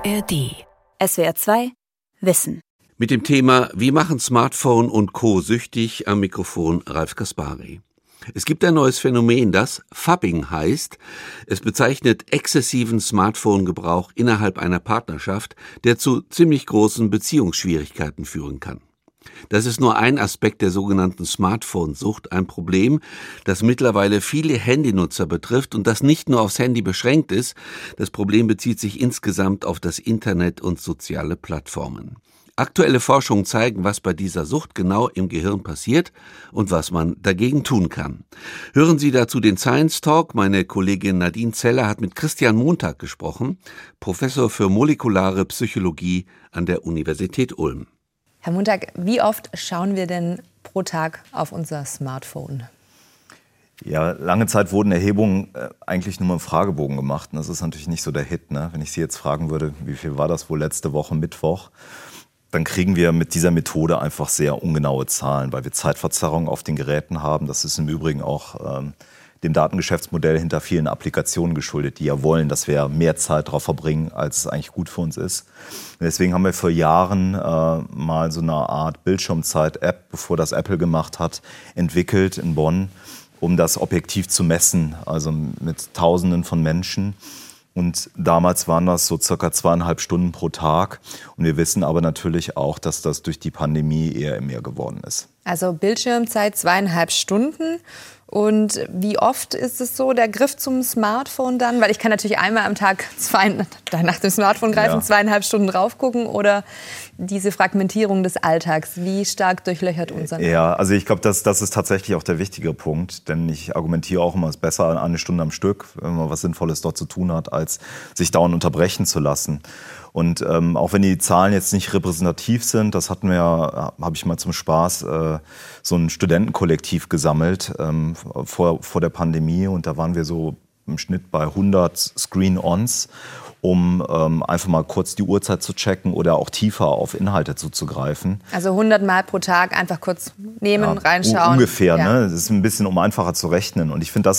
ARD. SWR 2 Wissen. Mit dem Thema Wie machen Smartphone und Co. süchtig am Mikrofon Ralf Kaspari. Es gibt ein neues Phänomen, das Phubbing heißt. Es bezeichnet exzessiven Smartphone-Gebrauch innerhalb einer Partnerschaft, der zu ziemlich großen Beziehungsschwierigkeiten führen kann. Das ist nur ein Aspekt der sogenannten Smartphone-Sucht, ein Problem, das mittlerweile viele Handynutzer betrifft und das nicht nur aufs Handy beschränkt ist. Das Problem bezieht sich insgesamt auf das Internet und soziale Plattformen. Aktuelle Forschungen zeigen, was bei dieser Sucht genau im Gehirn passiert und was man dagegen tun kann. Hören Sie dazu den Science Talk. Meine Kollegin Nadine Zeller hat mit Christian Montag gesprochen, Professor für molekulare Psychologie an der Universität Ulm. Herr Montag, wie oft schauen wir denn pro Tag auf unser Smartphone? Ja, lange Zeit wurden Erhebungen eigentlich nur mit einem Fragebogen gemacht. Und das ist natürlich nicht so der Hit, ne? Wenn ich Sie jetzt fragen würde, wie viel war das wohl letzte Woche Mittwoch, dann kriegen wir mit dieser Methode einfach sehr ungenaue Zahlen, weil wir Zeitverzerrungen auf den Geräten haben. Das ist im Übrigen auch dem Datengeschäftsmodell hinter vielen Applikationen geschuldet, die ja wollen, dass wir mehr Zeit darauf verbringen, als es eigentlich gut für uns ist. Und deswegen haben wir vor Jahren mal so eine Art Bildschirmzeit-App, bevor das Apple gemacht hat, entwickelt in Bonn, um das objektiv zu messen, also mit Tausenden von Menschen. Und damals waren das so circa 2,5 Stunden pro Tag. Und wir wissen aber natürlich auch, dass das durch die Pandemie eher mehr geworden ist. Also Bildschirmzeit 2,5 Stunden. Und wie oft ist es so, der Griff zum Smartphone dann? Weil ich kann natürlich einmal am Tag nach dem Smartphone greifen, 2,5 Stunden drauf gucken. Oder diese Fragmentierung des Alltags, wie stark durchlöchert unseren Alltag? Ja, also ich glaube, das ist tatsächlich auch der wichtige Punkt. Denn ich argumentiere auch immer, es ist besser eine Stunde am Stück, wenn man was Sinnvolles dort zu tun hat, als sich dauernd unterbrechen zu lassen. Und auch wenn die Zahlen jetzt nicht repräsentativ sind, das habe ich mal zum Spaß so ein Studentenkollektiv gesammelt vor der Pandemie. Und da waren wir so im Schnitt bei 100 Screen-Ons, um einfach mal kurz die Uhrzeit zu checken oder auch tiefer auf Inhalte zuzugreifen. Also 100 Mal pro Tag einfach kurz nehmen, reinschauen. Ungefähr, ja. Ne? Das ist ein bisschen, um einfacher zu rechnen. Und ich finde,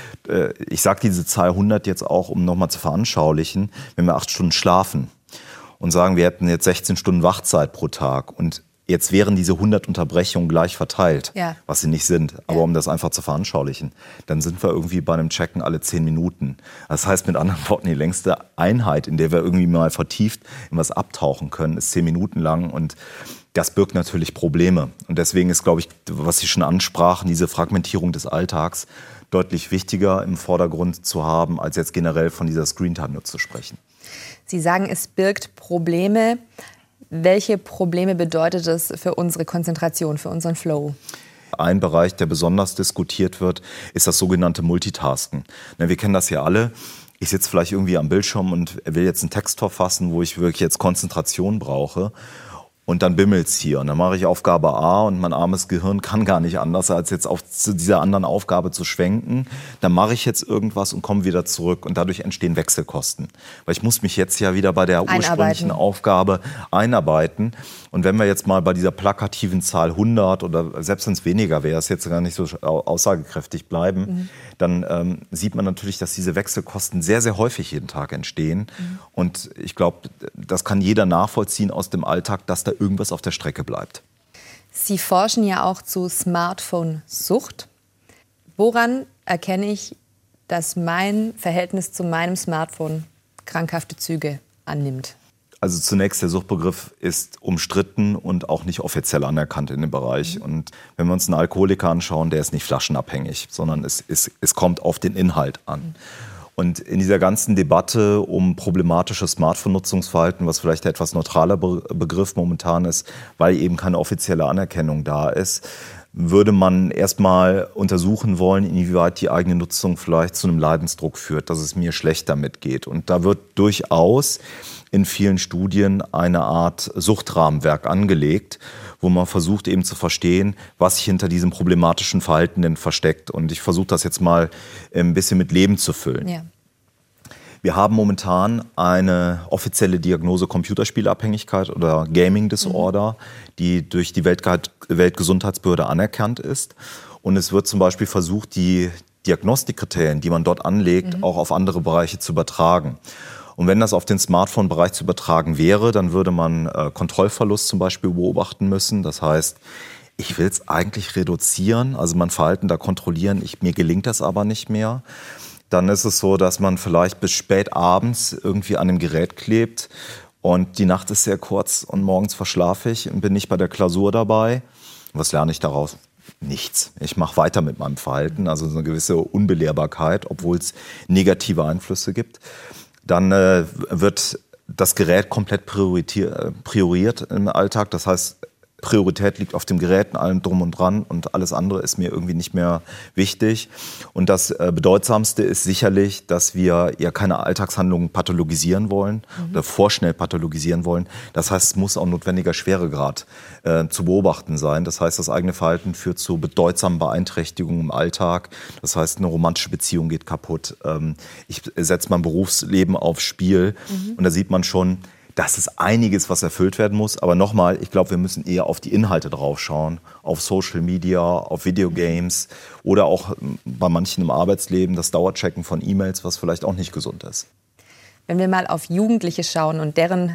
ich sage diese Zahl 100 jetzt auch, um nochmal zu veranschaulichen, wenn wir 8 Stunden schlafen und sagen, wir hätten jetzt 16 Stunden Wachzeit pro Tag und jetzt wären diese 100 Unterbrechungen gleich verteilt, was sie nicht sind. Aber um das einfach zu veranschaulichen, dann sind wir irgendwie bei einem Checken alle 10 Minuten. Das heißt mit anderen Worten, die längste Einheit, in der wir irgendwie mal vertieft in was abtauchen können, ist 10 Minuten lang. Und das birgt natürlich Probleme. Und deswegen ist, glaube ich, was Sie schon ansprachen, diese Fragmentierung des Alltags deutlich wichtiger im Vordergrund zu haben, als jetzt generell von dieser Screentime nur zu sprechen. Sie sagen, es birgt Probleme. Welche Probleme bedeutet es für unsere Konzentration, für unseren Flow? Ein Bereich, der besonders diskutiert wird, ist das sogenannte Multitasken. Wir kennen das ja alle. Ich sitze vielleicht irgendwie am Bildschirm und will jetzt einen Text verfassen, wo ich wirklich jetzt Konzentration brauche. Und dann bimmelt's hier. Und dann mache ich Aufgabe A und mein armes Gehirn kann gar nicht anders, als jetzt zu dieser anderen Aufgabe zu schwenken. Dann mache ich jetzt irgendwas und komme wieder zurück. Und dadurch entstehen Wechselkosten. Weil ich muss mich jetzt ja wieder bei der ursprünglichen Aufgabe einarbeiten. Und wenn wir jetzt mal bei dieser plakativen Zahl 100 oder selbst wenn es weniger wäre, es jetzt gar nicht so aussagekräftig bleiben, dann sieht man natürlich, dass diese Wechselkosten sehr, sehr häufig jeden Tag entstehen. Und ich glaube, das kann jeder nachvollziehen aus dem Alltag, dass da irgendwas auf der Strecke bleibt. Sie forschen ja auch zu Smartphone-Sucht. Woran erkenne ich, dass mein Verhältnis zu meinem Smartphone krankhafte Züge annimmt? Also zunächst, der Suchtbegriff ist umstritten und auch nicht offiziell anerkannt in dem Bereich. Und wenn wir uns einen Alkoholiker anschauen, der ist nicht flaschenabhängig, sondern es kommt auf den Inhalt an. Und in dieser ganzen Debatte um problematisches Smartphone-Nutzungsverhalten, was vielleicht ein etwas neutraler Begriff momentan ist, weil eben keine offizielle Anerkennung da ist, würde man erstmal untersuchen wollen, inwieweit die eigene Nutzung vielleicht zu einem Leidensdruck führt, dass es mir schlecht damit geht. Und da wird durchaus in vielen Studien eine Art Suchtrahmenwerk angelegt, wo man versucht eben zu verstehen, was sich hinter diesem problematischen Verhalten denn versteckt. Und ich versuche das jetzt mal ein bisschen mit Leben zu füllen. Ja. Wir haben momentan eine offizielle Diagnose Computerspielabhängigkeit oder Gaming Disorder, die durch die Weltgesundheitsbehörde anerkannt ist. Und es wird zum Beispiel versucht, die Diagnostikkriterien, die man dort anlegt, auch auf andere Bereiche zu übertragen. Und wenn das auf den Smartphone-Bereich zu übertragen wäre, dann würde man Kontrollverlust zum Beispiel beobachten müssen. Das heißt, ich will es eigentlich reduzieren, also mein Verhalten da kontrollieren, mir gelingt das aber nicht mehr. Dann ist es so, dass man vielleicht bis spät abends irgendwie an dem Gerät klebt und die Nacht ist sehr kurz und morgens verschlafe ich und bin nicht bei der Klausur dabei. Was lerne ich daraus? Nichts. Ich mache weiter mit meinem Verhalten, also so eine gewisse Unbelehrbarkeit, obwohl es negative Einflüsse gibt. Dann wird das Gerät komplett prioriert im Alltag. Das heißt, Priorität liegt auf dem Gerät, allem drum und dran und alles andere ist mir irgendwie nicht mehr wichtig. Und das Bedeutsamste ist sicherlich, dass wir ja keine Alltagshandlungen pathologisieren wollen oder vorschnell pathologisieren wollen. Das heißt, es muss auch notwendiger Schweregrad zu beobachten sein. Das heißt, das eigene Verhalten führt zu bedeutsamen Beeinträchtigungen im Alltag. Das heißt, eine romantische Beziehung geht kaputt. Ich setze mein Berufsleben aufs Spiel und da sieht man schon, das ist einiges, was erfüllt werden muss. Aber nochmal, ich glaube, wir müssen eher auf die Inhalte drauf schauen. Auf Social Media, auf Videogames oder auch bei manchen im Arbeitsleben das Dauerchecken von E-Mails, was vielleicht auch nicht gesund ist. Wenn wir mal auf Jugendliche schauen und deren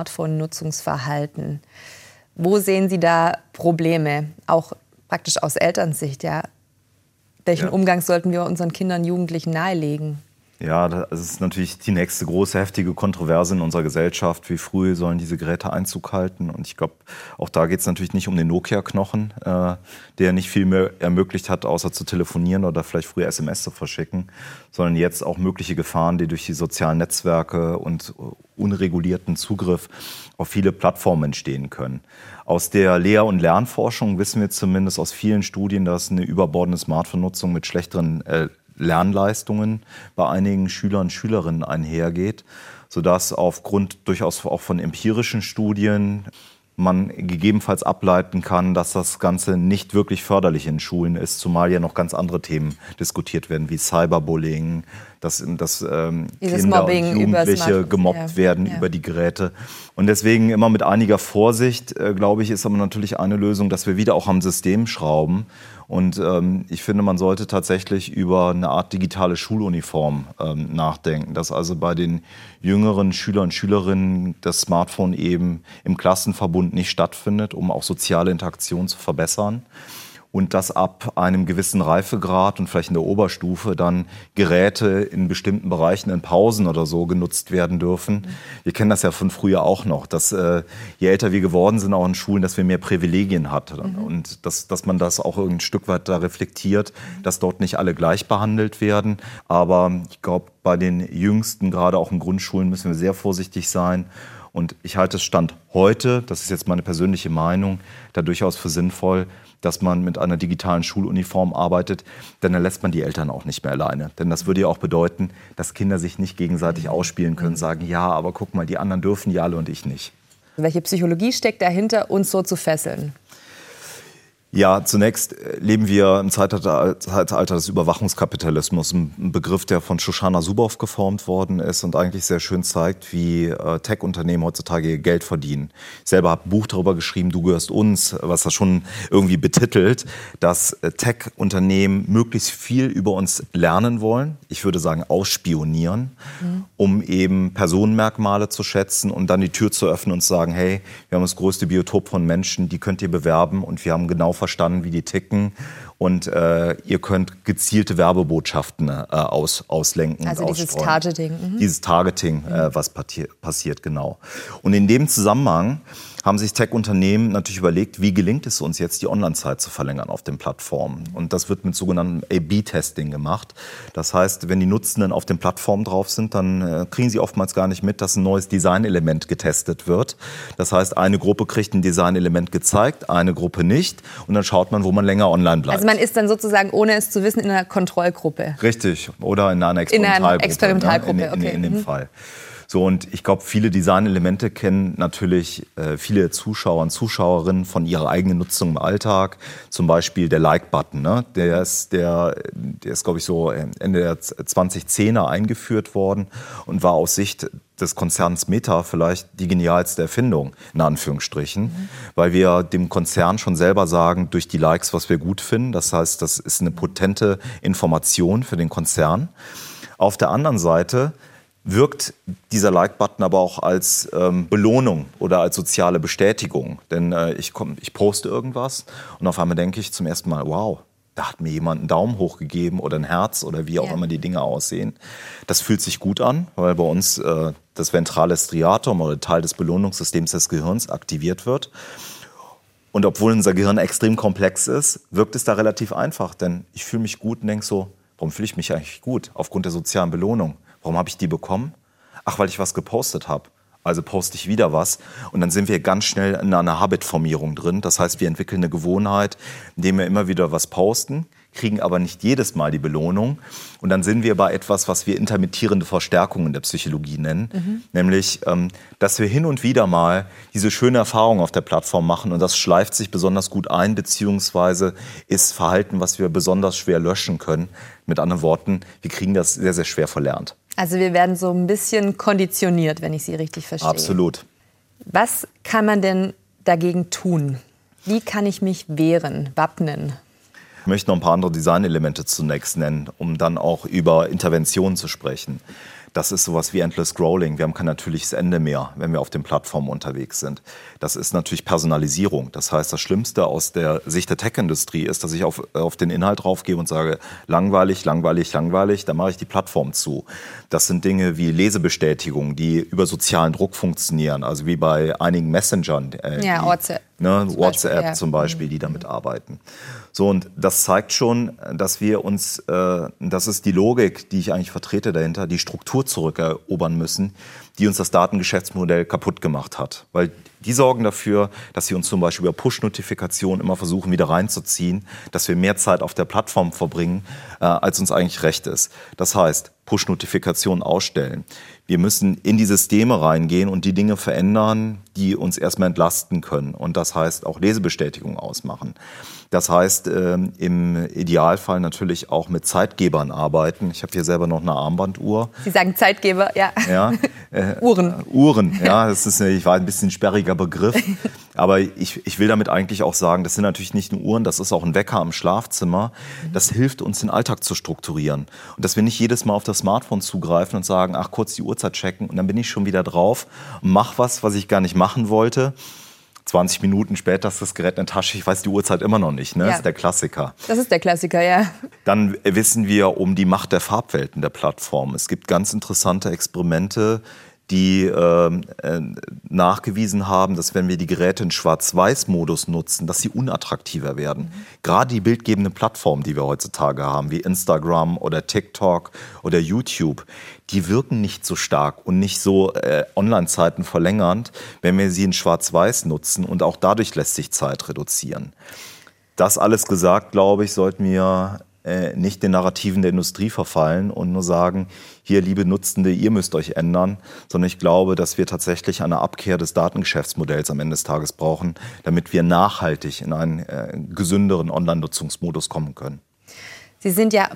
Smartphone-Nutzungsverhalten, wo sehen Sie da Probleme? Auch praktisch aus Elternsicht, ja? Welchen Umgang sollten wir unseren Kindern, Jugendlichen nahelegen? Ja, das ist natürlich die nächste große, heftige Kontroverse in unserer Gesellschaft. Wie früh sollen diese Geräte Einzug halten? Und ich glaube, auch da geht es natürlich nicht um den Nokia-Knochen, der nicht viel mehr ermöglicht hat, außer zu telefonieren oder vielleicht früher SMS zu verschicken, sondern jetzt auch mögliche Gefahren, die durch die sozialen Netzwerke und unregulierten Zugriff auf viele Plattformen entstehen können. Aus der Lehr- und Lernforschung wissen wir zumindest aus vielen Studien, dass eine überbordende Smartphone-Nutzung mit schlechteren Lernleistungen bei einigen Schülern und Schülerinnen einhergeht, sodass aufgrund durchaus auch von empirischen Studien man gegebenenfalls ableiten kann, dass das Ganze nicht wirklich förderlich in Schulen ist, zumal ja noch ganz andere Themen diskutiert werden, wie Cyberbullying, dass Kinder und Jugendliche gemobbt werden über die Geräte. Und deswegen immer mit einiger Vorsicht, glaube ich, ist aber natürlich eine Lösung, dass wir wieder auch am System schrauben. Und ich finde, man sollte tatsächlich über eine Art digitale Schuluniform nachdenken, dass also bei den jüngeren Schülern und Schülerinnen das Smartphone eben im Klassenverbund nicht stattfindet, um auch soziale Interaktion zu verbessern. Und dass ab einem gewissen Reifegrad und vielleicht in der Oberstufe dann Geräte in bestimmten Bereichen in Pausen oder so genutzt werden dürfen. Wir kennen das ja von früher auch noch, dass je älter wir geworden sind, auch in Schulen, dass wir mehr Privilegien hatten. Und dass man das auch ein Stück weit da reflektiert, dass dort nicht alle gleich behandelt werden. Aber ich glaube, bei den Jüngsten, gerade auch in Grundschulen, müssen wir sehr vorsichtig sein. Und ich halte es Stand heute, das ist jetzt meine persönliche Meinung, da durchaus für sinnvoll, dass man mit einer digitalen Schuluniform arbeitet, denn dann lässt man die Eltern auch nicht mehr alleine. Denn das würde ja auch bedeuten, dass Kinder sich nicht gegenseitig ausspielen können, sagen, ja, aber guck mal, die anderen dürfen ja alle und ich nicht. Welche Psychologie steckt dahinter, uns so zu fesseln? Ja, zunächst leben wir im Zeitalter des Überwachungskapitalismus, ein Begriff, der von Shoshana Zuboff geformt worden ist und eigentlich sehr schön zeigt, wie Tech-Unternehmen heutzutage ihr Geld verdienen. Ich selber habe ein Buch darüber geschrieben, Du gehörst uns, was das schon irgendwie betitelt, dass Tech-Unternehmen möglichst viel über uns lernen wollen, ich würde sagen ausspionieren, um eben Personenmerkmale zu schätzen und dann die Tür zu öffnen und zu sagen, hey, wir haben das größte Biotop von Menschen, die könnt ihr bewerben und wir haben genau verstanden, wie die ticken und ihr könnt gezielte Werbebotschaften auslenken also und dieses ausstreuen. Targeting. Dieses Targeting, was passiert, genau. Und in dem Zusammenhang haben sich Tech-Unternehmen natürlich überlegt, wie gelingt es uns jetzt, die Online-Zeit zu verlängern auf den Plattformen. Und das wird mit sogenanntem A/B-Testing gemacht. Das heißt, wenn die Nutzenden auf den Plattformen drauf sind, dann kriegen sie oftmals gar nicht mit, dass ein neues Designelement getestet wird. Das heißt, eine Gruppe kriegt ein Designelement gezeigt, eine Gruppe nicht. Und dann schaut man, wo man länger online bleibt. Also man ist dann sozusagen, ohne es zu wissen, in einer Kontrollgruppe. Richtig. Oder in einer Experimentalgruppe. In dem Fall. So, und ich glaube, viele Designelemente kennen natürlich viele Zuschauer und Zuschauerinnen von ihrer eigenen Nutzung im Alltag. Zum Beispiel der Like-Button, ne? Der ist, glaube ich, so Ende der 2010er eingeführt worden und war aus Sicht des Konzerns Meta vielleicht die genialste Erfindung, in Anführungsstrichen, weil wir dem Konzern schon selber sagen, durch die Likes, was wir gut finden. Das heißt, das ist eine potente Information für den Konzern. Auf der anderen Seite wirkt dieser Like-Button aber auch als Belohnung oder als soziale Bestätigung. Denn ich poste irgendwas und auf einmal denke ich zum ersten Mal, wow, da hat mir jemand einen Daumen hoch gegeben oder ein Herz oder wie auch immer die Dinge aussehen. Das fühlt sich gut an, weil bei uns das ventrale Striatum oder Teil des Belohnungssystems des Gehirns aktiviert wird. Und obwohl unser Gehirn extrem komplex ist, wirkt es da relativ einfach. Denn ich fühle mich gut und denke so, warum fühle ich mich eigentlich gut? Aufgrund der sozialen Belohnung. Warum habe ich die bekommen? Ach, weil ich was gepostet habe. Also poste ich wieder was. Und dann sind wir ganz schnell in einer Habitformierung drin. Das heißt, wir entwickeln eine Gewohnheit, indem wir immer wieder was posten, kriegen aber nicht jedes Mal die Belohnung. Und dann sind wir bei etwas, was wir intermittierende Verstärkung in der Psychologie nennen. Nämlich, dass wir hin und wieder mal diese schöne Erfahrung auf der Plattform machen. Und das schleift sich besonders gut ein, beziehungsweise ist Verhalten, was wir besonders schwer löschen können. Mit anderen Worten, wir kriegen das sehr, sehr schwer verlernt. Also wir werden so ein bisschen konditioniert, wenn ich Sie richtig verstehe. Absolut. Was kann man denn dagegen tun? Wie kann ich mich wehren, wappnen? Ich möchte noch ein paar andere Designelemente zunächst nennen, um dann auch über Interventionen zu sprechen. Das ist sowas wie Endless Scrolling. Wir haben kein natürliches Ende mehr, wenn wir auf den Plattformen unterwegs sind. Das ist natürlich Personalisierung. Das heißt, das Schlimmste aus der Sicht der Tech-Industrie ist, dass ich auf den Inhalt draufgehe und sage, langweilig, langweilig, langweilig, dann mache ich die Plattform zu. Das sind Dinge wie Lesebestätigungen, die über sozialen Druck funktionieren, also wie bei einigen Messengern. WhatsApp. WhatsApp zum Beispiel, die damit arbeiten. So, und das zeigt schon, dass wir uns, das ist die Logik, die ich eigentlich vertrete dahinter, die Struktur zurückerobern müssen, die uns das Datengeschäftsmodell kaputt gemacht hat. Weil die sorgen dafür, dass sie uns zum Beispiel über Push-Notifikationen immer versuchen, wieder reinzuziehen, dass wir mehr Zeit auf der Plattform verbringen, als uns eigentlich recht ist. Das heißt, Push-Notifikationen ausstellen. Wir müssen in die Systeme reingehen und die Dinge verändern, die uns erstmal entlasten können. Und das heißt auch Lesebestätigung ausmachen. Das heißt, im Idealfall natürlich auch mit Zeitgebern arbeiten. Ich habe hier selber noch eine Armbanduhr. Sie sagen Zeitgeber, ja. Uhren. Uhren, ja, das ist ein bisschen sperriger Begriff. Aber ich will damit eigentlich auch sagen, das sind natürlich nicht nur Uhren, das ist auch ein Wecker im Schlafzimmer. Das hilft uns, den Alltag zu strukturieren. Und dass wir nicht jedes Mal auf das Smartphone zugreifen und sagen, ach, kurz die Uhrzeit checken und dann bin ich schon wieder drauf und mach was ich gar nicht machen wollte. 20 Minuten später ist das Gerät in der Tasche, ich weiß die Uhrzeit immer noch nicht, ne? Ja. Das ist der Klassiker. Das ist der Klassiker, ja. Dann wissen wir um die Macht der Farbwelten der Plattform. Es gibt ganz interessante Experimente, die nachgewiesen haben, dass wenn wir die Geräte in Schwarz-Weiß-Modus nutzen, dass sie unattraktiver werden. Gerade die bildgebenden Plattformen, die wir heutzutage haben, wie Instagram oder TikTok oder YouTube, die wirken nicht so stark und nicht so Online-Zeiten verlängernd, wenn wir sie in Schwarz-Weiß nutzen, und auch dadurch lässt sich Zeit reduzieren. Das alles gesagt, glaube ich, sollten wir nicht den Narrativen der Industrie verfallen und nur sagen, hier, liebe Nutzende, ihr müsst euch ändern, sondern ich glaube, dass wir tatsächlich eine Abkehr des Datengeschäftsmodells am Ende des Tages brauchen, damit wir nachhaltig in einen gesünderen Online-Nutzungsmodus kommen können. Sie sind ja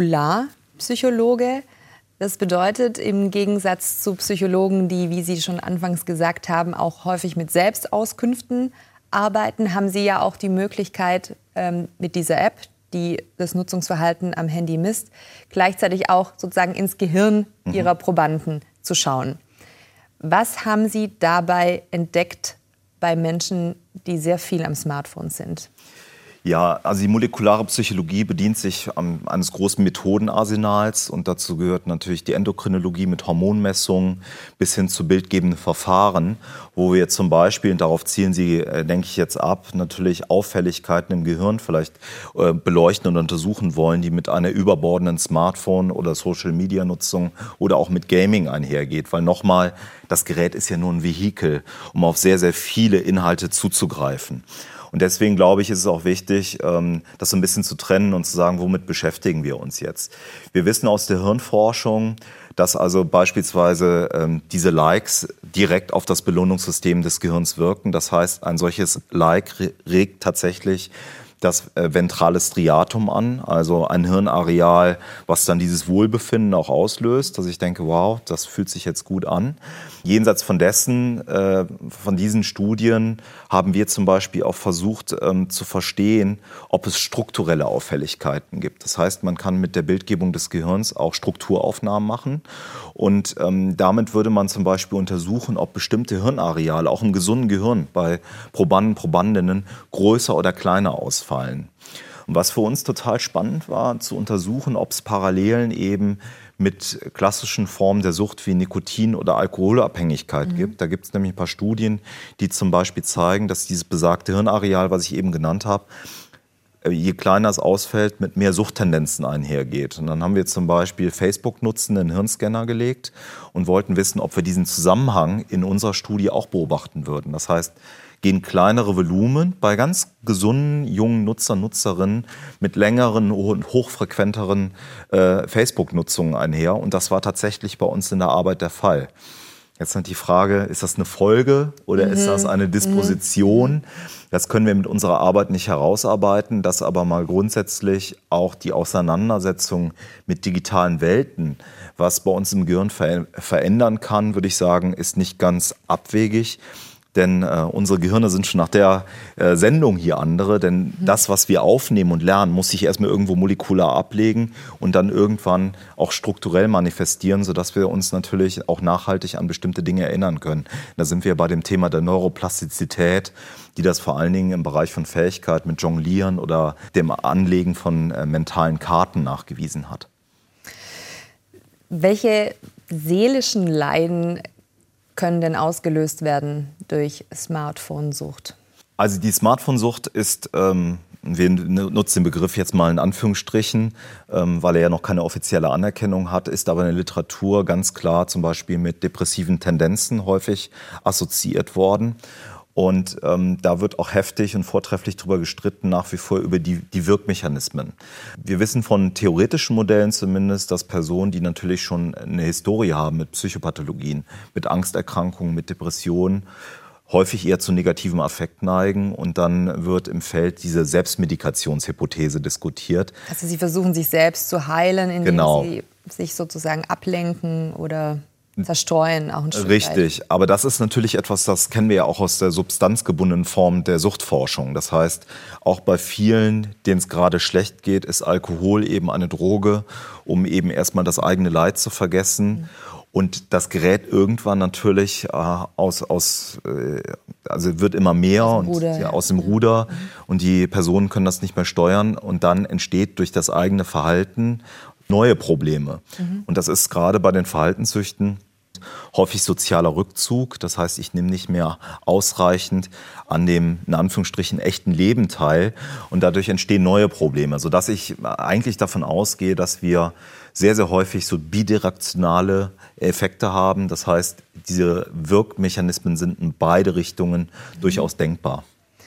Molekularpsychologe. Das bedeutet, im Gegensatz zu Psychologen, die, wie Sie schon anfangs gesagt haben, auch häufig mit Selbstauskünften arbeiten, haben Sie ja auch die Möglichkeit, mit dieser App, die das Nutzungsverhalten am Handy misst, gleichzeitig auch sozusagen ins Gehirn Ihrer Probanden zu schauen. Was haben Sie dabei entdeckt bei Menschen, die sehr viel am Smartphone sind? Ja, also die molekulare Psychologie bedient sich eines großen Methodenarsenals, und dazu gehört natürlich die Endokrinologie mit Hormonmessungen bis hin zu bildgebenden Verfahren, wo wir zum Beispiel, und darauf zielen Sie, denke ich, jetzt ab, natürlich Auffälligkeiten im Gehirn vielleicht beleuchten und untersuchen wollen, die mit einer überbordenden Smartphone- oder Social-Media-Nutzung oder auch mit Gaming einhergeht. Weil nochmal, das Gerät ist ja nur ein Vehikel, um auf sehr, sehr viele Inhalte zuzugreifen. Und deswegen, glaube ich, ist es auch wichtig, das so ein bisschen zu trennen und zu sagen, womit beschäftigen wir uns jetzt. Wir wissen aus der Hirnforschung, dass also beispielsweise diese Likes direkt auf das Belohnungssystem des Gehirns wirken. Das heißt, ein solches Like regt tatsächlich das ventrale Striatum an, also ein Hirnareal, was dann dieses Wohlbefinden auch auslöst, dass ich denke, wow, das fühlt sich jetzt gut an. Jenseits von dessen, von diesen Studien haben wir zum Beispiel auch versucht zu verstehen, ob es strukturelle Auffälligkeiten gibt. Das heißt, man kann mit der Bildgebung des Gehirns auch Strukturaufnahmen machen und damit würde man zum Beispiel untersuchen, ob bestimmte Hirnareale auch im gesunden Gehirn bei Probanden, Probandinnen größer oder kleiner ausfallen. Und was für uns total spannend war, zu untersuchen, ob es Parallelen eben mit klassischen Formen der Sucht wie Nikotin- oder Alkoholabhängigkeit gibt. Da gibt es nämlich ein paar Studien, die zum Beispiel zeigen, dass dieses besagte Hirnareal, was ich eben genannt habe, je kleiner es ausfällt, mit mehr Suchttendenzen einhergeht. Und dann haben wir zum Beispiel Facebook-Nutzende einen Hirnscanner gelegt und wollten wissen, ob wir diesen Zusammenhang in unserer Studie auch beobachten würden. Das heißt, gehen kleinere Volumen bei ganz gesunden, jungen Nutzern, Nutzerinnen mit längeren und hochfrequenteren Facebook-Nutzungen einher. Und das war tatsächlich bei uns in der Arbeit der Fall. Jetzt ist die Frage, ist das eine Folge oder ist das eine Disposition? Das können wir mit unserer Arbeit nicht herausarbeiten, dass aber mal grundsätzlich auch die Auseinandersetzung mit digitalen Welten, was bei uns im Gehirn verändern kann, würde ich sagen, ist nicht ganz abwegig. Denn unsere Gehirne sind schon nach der Sendung hier andere. Denn das, was wir aufnehmen und lernen, muss sich erstmal irgendwo molekular ablegen und dann irgendwann auch strukturell manifestieren, sodass wir uns natürlich auch nachhaltig an bestimmte Dinge erinnern können. Da sind wir bei dem Thema der Neuroplastizität, die das vor allen Dingen im Bereich von Fähigkeit mit Jonglieren oder dem Anlegen von mentalen Karten nachgewiesen hat. Welche seelischen Leiden können denn ausgelöst werden durch Smartphone-Sucht? Also die Smartphone-Sucht ist, wir nutzen den Begriff jetzt mal in Anführungsstrichen, weil er ja noch keine offizielle Anerkennung hat, ist aber in der Literatur ganz klar zum Beispiel mit depressiven Tendenzen häufig assoziiert worden. Und da wird auch heftig und vortrefflich darüber gestritten, nach wie vor über die Wirkmechanismen. Wir wissen von theoretischen Modellen zumindest, dass Personen, die natürlich schon eine Historie haben mit Psychopathologien, mit Angsterkrankungen, mit Depressionen, häufig eher zu negativen Affekt neigen. Und dann wird im Feld diese Selbstmedikationshypothese diskutiert. Also sie versuchen sich selbst zu heilen, indem sie sich sozusagen ablenken oder zerstreuen, auch ein Stück Richtig, weit. aber das ist natürlich etwas, das kennen wir ja auch aus der substanzgebundenen Form der Suchtforschung. Das heißt, auch bei vielen, denen es gerade schlecht geht, ist Alkohol eben eine Droge, um eben erstmal das eigene Leid zu vergessen. Und das gerät irgendwann natürlich also wird immer mehr aus dem Ruder und die Personen können das nicht mehr steuern und dann entsteht durch das eigene Verhalten neue Probleme. Und das ist gerade bei den Verhaltenssüchten häufig sozialer Rückzug. Das heißt, ich nehme nicht mehr ausreichend an dem, in Anführungsstrichen, echten Leben teil. Und dadurch entstehen neue Probleme, sodass ich eigentlich davon ausgehe, dass wir sehr, sehr häufig so bidirektionale Effekte haben. Das heißt, diese Wirkmechanismen sind in beide Richtungen durchaus denkbar.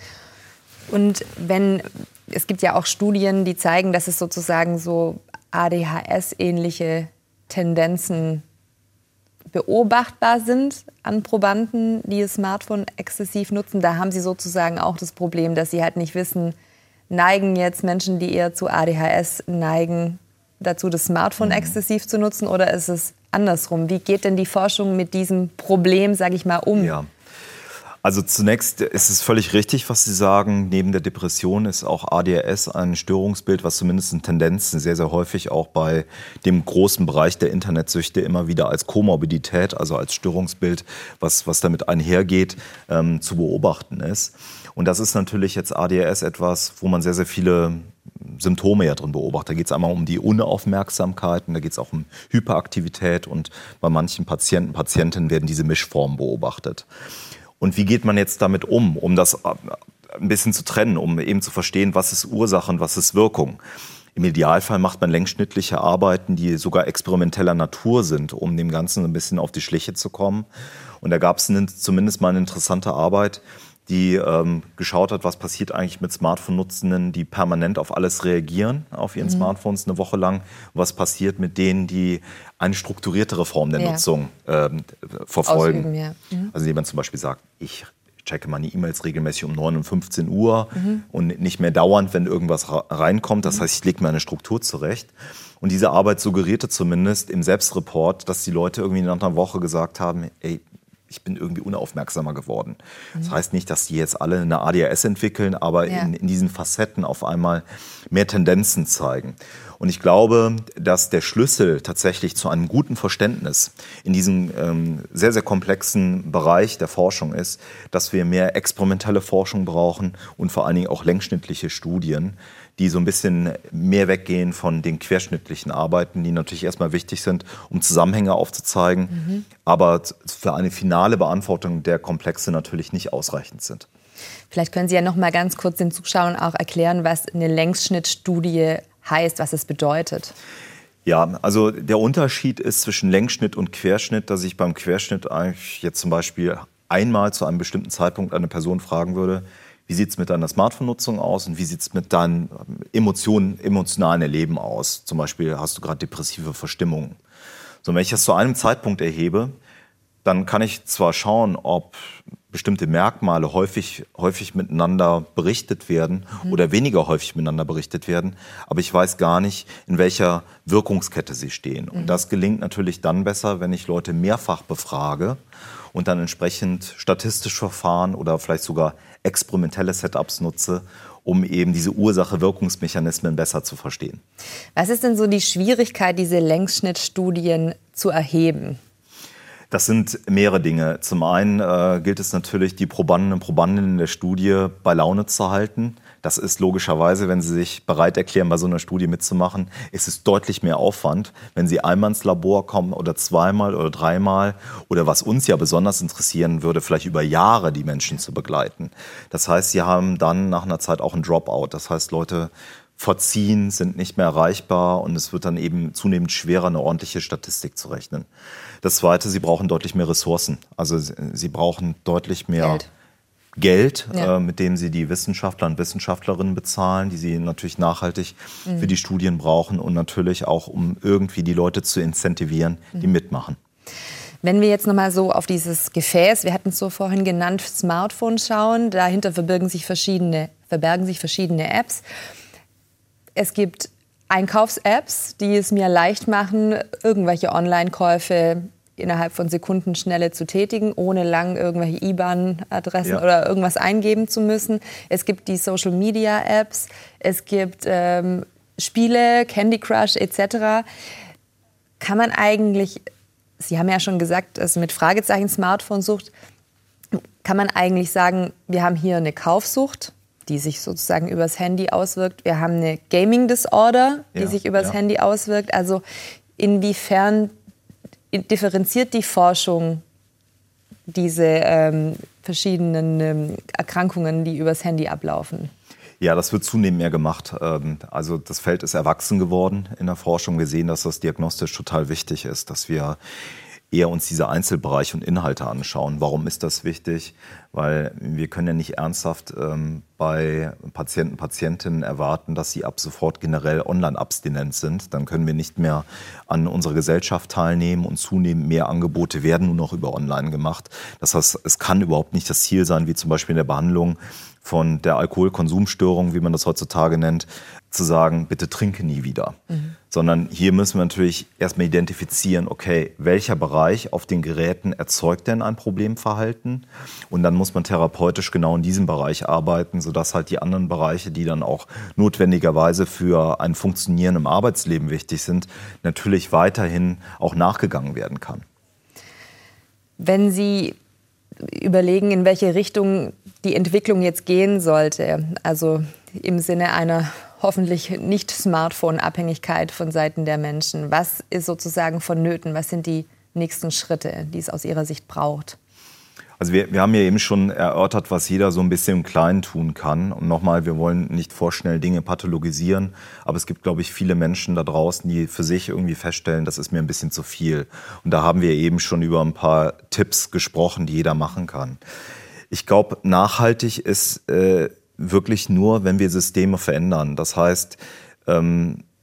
Und es gibt ja auch Studien, die zeigen, dass es sozusagen so ADHS-ähnliche Tendenzen beobachtbar sind an Probanden, die das Smartphone exzessiv nutzen. Da haben sie sozusagen auch das Problem, dass sie halt nicht wissen, neigen jetzt Menschen, die eher zu ADHS neigen, dazu, das Smartphone exzessiv zu nutzen, oder ist es andersrum? Wie geht denn die Forschung mit diesem Problem, sage ich mal, um? Ja. Also zunächst ist es völlig richtig, was Sie sagen. Neben der Depression ist auch ADHS ein Störungsbild, was zumindest in Tendenzen sehr, sehr häufig auch bei dem großen Bereich der Internetsüchte immer wieder als Komorbidität, also als Störungsbild, was damit einhergeht, zu beobachten ist. Und das ist natürlich jetzt ADHS etwas, wo man sehr, sehr viele Symptome ja drin beobachtet. Da geht es einmal um die Unaufmerksamkeiten, da geht es auch um Hyperaktivität und bei manchen Patienten, Patientinnen werden diese Mischformen beobachtet. Und wie geht man jetzt damit um das ein bisschen zu trennen, um eben zu verstehen, was ist Ursache und was ist Wirkung? Im Idealfall macht man längsschnittliche Arbeiten, die sogar experimenteller Natur sind, um dem Ganzen ein bisschen auf die Schliche zu kommen. Und da gab es zumindest mal eine interessante Arbeit, die geschaut hat, was passiert eigentlich mit Smartphone-Nutzenden, die permanent auf alles reagieren, auf ihren Smartphones eine Woche lang. Was passiert mit denen, die eine strukturiertere Form der Nutzung verfolgen. Ausüben, ja. Also jemand zum Beispiel sagt, ich checke meine E-Mails regelmäßig um 9 und 15 Uhr und nicht mehr dauernd, wenn irgendwas reinkommt. Das heißt, ich lege mir eine Struktur zurecht. Und diese Arbeit suggerierte zumindest im Selbstreport, dass die Leute irgendwie nach einer Woche gesagt haben, ey, ich bin irgendwie unaufmerksamer geworden. Das heißt nicht, dass die jetzt alle eine ADHS entwickeln, aber in diesen Facetten auf einmal mehr Tendenzen zeigen. Und ich glaube, dass der Schlüssel tatsächlich zu einem guten Verständnis in diesem sehr, sehr komplexen Bereich der Forschung ist, dass wir mehr experimentelle Forschung brauchen und vor allen Dingen auch längsschnittliche Studien, die so ein bisschen mehr weggehen von den querschnittlichen Arbeiten, die natürlich erstmal wichtig sind, um Zusammenhänge aufzuzeigen, aber für eine finale Beantwortung der Komplexe natürlich nicht ausreichend sind. Vielleicht können Sie ja noch mal ganz kurz den Zuschauern auch erklären, was eine Längsschnittstudie heißt, was es bedeutet. Ja, also der Unterschied ist zwischen Längsschnitt und Querschnitt, dass ich beim Querschnitt eigentlich jetzt zum Beispiel einmal zu einem bestimmten Zeitpunkt eine Person fragen würde, wie sieht es mit deiner Smartphone-Nutzung aus und wie sieht es mit deinem emotionalen Erleben aus? Zum Beispiel hast du gerade depressive Verstimmungen. So, wenn ich das zu einem Zeitpunkt erhebe, dann kann ich zwar schauen, ob bestimmte Merkmale häufig miteinander berichtet werden oder weniger häufig miteinander berichtet werden, aber ich weiß gar nicht, in welcher Wirkungskette sie stehen. Und das gelingt natürlich dann besser, wenn ich Leute mehrfach befrage und dann entsprechend statistisch verfahren oder vielleicht sogar experimentelle Setups nutze, um eben diese Ursache-Wirkungsmechanismen besser zu verstehen. Was ist denn so die Schwierigkeit, diese Längsschnittstudien zu erheben? Das sind mehrere Dinge. Zum einen gilt es natürlich, die Probanden und Probandinnen der Studie bei Laune zu halten. Das ist logischerweise, wenn sie sich bereit erklären, bei so einer Studie mitzumachen, ist es deutlich mehr Aufwand, wenn sie einmal ins Labor kommen oder zweimal oder dreimal oder was uns ja besonders interessieren würde, vielleicht über Jahre die Menschen zu begleiten. Das heißt, sie haben dann nach einer Zeit auch einen Dropout. Das heißt, Leute verziehen, sind nicht mehr erreichbar und es wird dann eben zunehmend schwerer, eine ordentliche Statistik zu rechnen. Das Zweite, sie brauchen deutlich mehr Ressourcen. Also sie brauchen deutlich mehr Geld, mit dem sie die Wissenschaftler und Wissenschaftlerinnen bezahlen, die sie natürlich nachhaltig für die Studien brauchen und natürlich auch, um irgendwie die Leute zu incentivieren, die mitmachen. Wenn wir jetzt nochmal so auf dieses Gefäß, wir hatten es so vorhin genannt, Smartphone schauen, dahinter verbergen sich verschiedene Apps. Es gibt Einkaufs-Apps, die es mir leicht machen, irgendwelche Online-Käufe innerhalb von Sekunden schnell zu tätigen, ohne lang irgendwelche IBAN-Adressen oder irgendwas eingeben zu müssen. Es gibt die Social-Media-Apps, es gibt Spiele, Candy Crush etc. Kann man eigentlich, Sie haben ja schon gesagt, dass mit Fragezeichen Smartphone-Sucht, kann man eigentlich sagen, wir haben hier eine Kaufsucht, die sich sozusagen übers Handy auswirkt. Wir haben eine Gaming-Disorder, die sich übers Handy auswirkt. Also inwiefern differenziert die Forschung diese verschiedenen Erkrankungen, die übers Handy ablaufen? Ja, das wird zunehmend mehr gemacht. Also das Feld ist erwachsen geworden in der Forschung. Wir sehen, dass das diagnostisch total wichtig ist, dass wir eher uns diese Einzelbereiche und Inhalte anschauen. Warum ist das wichtig? Weil wir können ja nicht ernsthaft bei Patienten, Patientinnen erwarten, dass sie ab sofort generell online abstinent sind. Dann können wir nicht mehr an unserer Gesellschaft teilnehmen und zunehmend mehr Angebote werden nur noch über online gemacht. Das heißt, es kann überhaupt nicht das Ziel sein, wie zum Beispiel in der Behandlung von der Alkoholkonsumstörung, wie man das heutzutage nennt, zu sagen, bitte trinke nie wieder. Sondern hier müssen wir natürlich erstmal identifizieren, okay, welcher Bereich auf den Geräten erzeugt denn ein Problemverhalten? Und dann muss man therapeutisch genau in diesem Bereich arbeiten, sodass halt die anderen Bereiche, die dann auch notwendigerweise für ein Funktionieren im Arbeitsleben wichtig sind, natürlich weiterhin auch nachgegangen werden kann. Wenn Sie überlegen, in welche Richtung die Entwicklung jetzt gehen sollte, also im Sinne einer hoffentlich nicht Smartphone-Abhängigkeit von Seiten der Menschen. Was ist sozusagen vonnöten? Was sind die nächsten Schritte, die es aus Ihrer Sicht braucht? Also wir haben ja eben schon erörtert, was jeder so ein bisschen im Kleinen tun kann. Und nochmal, wir wollen nicht vorschnell Dinge pathologisieren, aber es gibt, glaube ich, viele Menschen da draußen, die für sich irgendwie feststellen, das ist mir ein bisschen zu viel. Und da haben wir eben schon über ein paar Tipps gesprochen, die jeder machen kann. Ich glaube, nachhaltig ist wirklich nur, wenn wir Systeme verändern. Das heißt,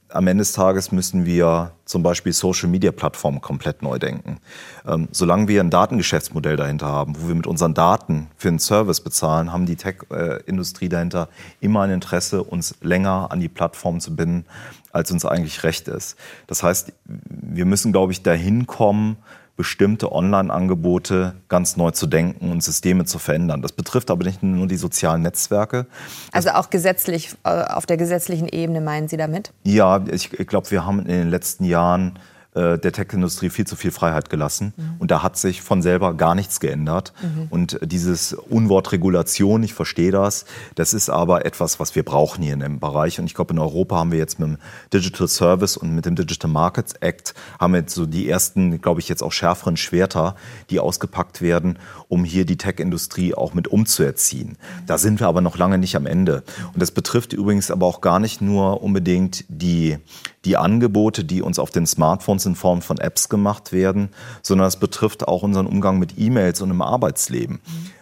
am Ende des Tages müssen wir zum Beispiel Social-Media-Plattformen komplett neu denken. Solange wir ein Datengeschäftsmodell dahinter haben, wo wir mit unseren Daten für einen Service bezahlen, haben die Tech-Industrie dahinter immer ein Interesse, uns länger an die Plattform zu binden, als uns eigentlich recht ist. Das heißt, wir müssen, glaube ich, dahin kommen, bestimmte Online-Angebote ganz neu zu denken und Systeme zu verändern. Das betrifft aber nicht nur die sozialen Netzwerke. Also auch gesetzlich, auf der gesetzlichen Ebene meinen Sie damit? Ja, ich glaube, wir haben in den letzten Jahren der Tech-Industrie viel zu viel Freiheit gelassen. Und da hat sich von selber gar nichts geändert. Und dieses Unwort Regulation, ich verstehe das, das ist aber etwas, was wir brauchen hier in dem Bereich. Und ich glaube, in Europa haben wir jetzt mit dem Digital Service und mit dem Digital Markets Act haben wir jetzt so die ersten, glaube ich, jetzt auch schärferen Schwerter, die ausgepackt werden, um hier die Tech-Industrie auch mit umzuerziehen. Da sind wir aber noch lange nicht am Ende. Und das betrifft übrigens aber auch gar nicht nur unbedingt die Angebote, die uns auf den Smartphones in Form von Apps gemacht werden, sondern es betrifft auch unseren Umgang mit E-Mails und im Arbeitsleben.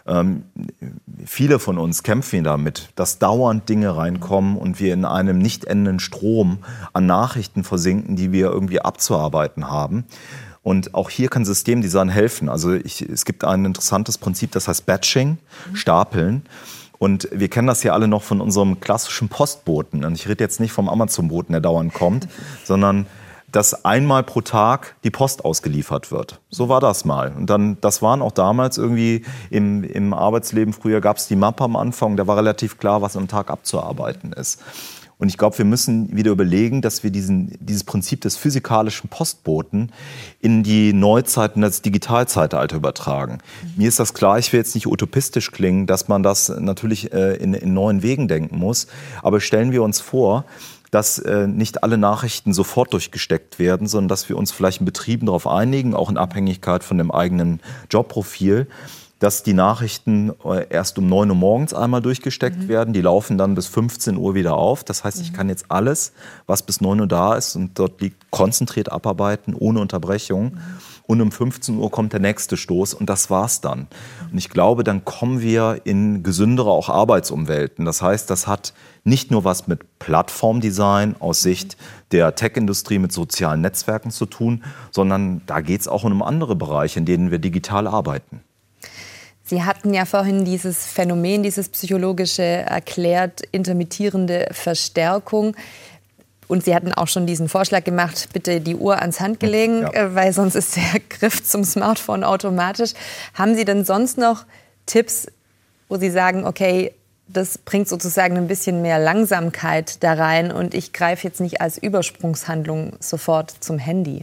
Viele von uns kämpfen damit, dass dauernd Dinge reinkommen und wir in einem nicht endenden Strom an Nachrichten versinken, die wir irgendwie abzuarbeiten haben. Und auch hier kann Systemdesign helfen. Also es gibt ein interessantes Prinzip, das heißt Batching, Stapeln. Und wir kennen das ja alle noch von unserem klassischen Postboten. Und ich rede jetzt nicht vom Amazon-Boten, der dauernd kommt, sondern dass einmal pro Tag die Post ausgeliefert wird. So war das mal. Und dann, das waren auch damals irgendwie im Arbeitsleben, früher gab es die Mappe am Anfang, da war relativ klar, was am Tag abzuarbeiten ist. Und ich glaube, wir müssen wieder überlegen, dass wir dieses Prinzip des physikalischen Postboten in die Neuzeit und das Digitalzeitalter übertragen. Mir ist das klar, ich will jetzt nicht utopistisch klingen, dass man das natürlich in neuen Wegen denken muss. Aber stellen wir uns vor, dass nicht alle Nachrichten sofort durchgesteckt werden, sondern dass wir uns vielleicht in Betrieben darauf einigen, auch in Abhängigkeit von dem eigenen Jobprofil, dass die Nachrichten erst um 9 Uhr morgens einmal durchgesteckt werden. Die laufen dann bis 15 Uhr wieder auf. Das heißt, ich kann jetzt alles, was bis 9 Uhr da ist und dort liegt, konzentriert abarbeiten, ohne Unterbrechung. Und um 15 Uhr kommt der nächste Stoß und das war's dann. Und ich glaube, dann kommen wir in gesündere auch Arbeitsumwelten. Das heißt, das hat nicht nur was mit Plattformdesign aus Sicht der Tech-Industrie mit sozialen Netzwerken zu tun, sondern da geht's auch um andere Bereiche, in denen wir digital arbeiten. Sie hatten ja vorhin dieses Phänomen, dieses psychologische erklärt, intermittierende Verstärkung. Und Sie hatten auch schon diesen Vorschlag gemacht, bitte die Uhr ans Handgelenk legen, weil sonst ist der Griff zum Smartphone automatisch. Haben Sie denn sonst noch Tipps, wo Sie sagen, okay, das bringt sozusagen ein bisschen mehr Langsamkeit da rein und ich greife jetzt nicht als Übersprungshandlung sofort zum Handy?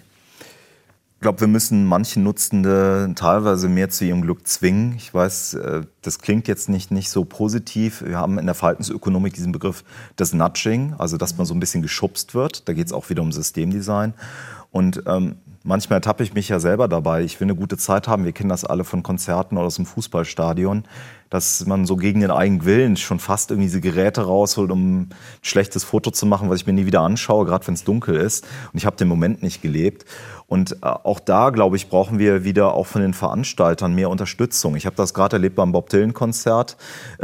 Ich glaube, wir müssen manche Nutzende teilweise mehr zu ihrem Glück zwingen. Ich weiß, das klingt jetzt nicht so positiv. Wir haben in der Verhaltensökonomik diesen Begriff des Nudging, also dass man so ein bisschen geschubst wird. Da geht es auch wieder um Systemdesign. Und manchmal ertappe ich mich ja selber dabei. Ich will eine gute Zeit haben. Wir kennen das alle von Konzerten oder aus dem Fußballstadion, dass man so gegen den eigenen Willen schon fast irgendwie diese Geräte rausholt, um ein schlechtes Foto zu machen, was ich mir nie wieder anschaue, gerade wenn es dunkel ist. Und ich habe den Moment nicht gelebt. Und auch da, glaube ich, brauchen wir wieder auch von den Veranstaltern mehr Unterstützung. Ich habe das gerade erlebt beim Bob Dylan-Konzert,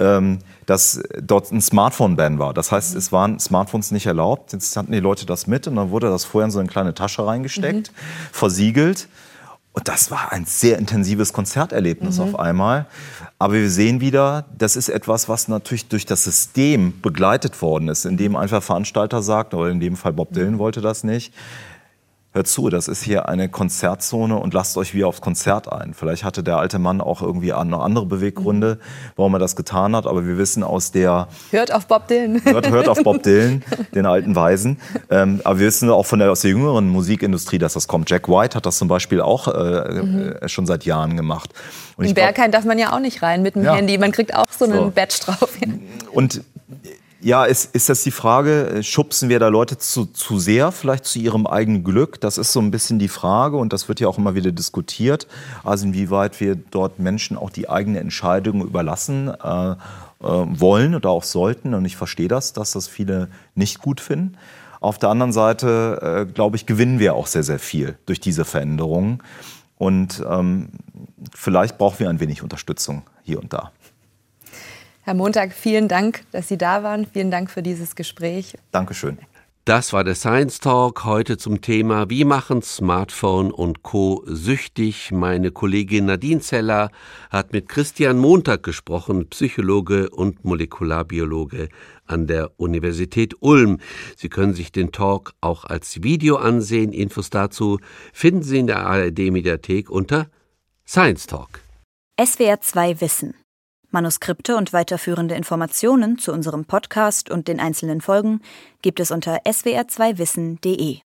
dass dort ein Smartphone-Ban war. Das heißt, es waren Smartphones nicht erlaubt. Jetzt hatten die Leute das mit und dann wurde das vorher in so eine kleine Tasche reingesteckt, versiegelt. Und das war ein sehr intensives Konzerterlebnis auf einmal. Aber wir sehen wieder, das ist etwas, was natürlich durch das System begleitet worden ist, indem einfach Veranstalter sagt, oder in dem Fall Bob Dylan wollte das nicht, hört zu, das ist hier eine Konzertzone und lasst euch wieder aufs Konzert ein. Vielleicht hatte der alte Mann auch irgendwie noch andere Beweggründe, warum er das getan hat. Aber wir wissen aus der... Hört auf Bob Dylan. Hört auf Bob Dylan, den alten Weisen. Aber wir wissen auch aus der jüngeren Musikindustrie, dass das kommt. Jack White hat das zum Beispiel auch schon seit Jahren gemacht. Und in Berghain darf man ja auch nicht rein mit dem Handy. Man kriegt auch so einen Badge drauf. Und ja, ist das die Frage, schubsen wir da Leute zu sehr vielleicht zu ihrem eigenen Glück? Das ist so ein bisschen die Frage und das wird ja auch immer wieder diskutiert. Also inwieweit wir dort Menschen auch die eigene Entscheidung überlassen wollen oder auch sollten. Und ich verstehe dass das viele nicht gut finden. Auf der anderen Seite, glaube ich, gewinnen wir auch sehr, sehr viel durch diese Veränderungen. Und vielleicht brauchen wir ein wenig Unterstützung hier und da. Herr Montag, vielen Dank, dass Sie da waren. Vielen Dank für dieses Gespräch. Dankeschön. Das war der Science Talk heute zum Thema Wie machen Smartphone und Co. süchtig? Meine Kollegin Nadine Zeller hat mit Christian Montag gesprochen, Psychologe und Molekularbiologe an der Universität Ulm. Sie können sich den Talk auch als Video ansehen. Infos dazu finden Sie in der ARD-Mediathek unter Science Talk. SWR 2 Wissen. Manuskripte und weiterführende Informationen zu unserem Podcast und den einzelnen Folgen gibt es unter swr2wissen.de.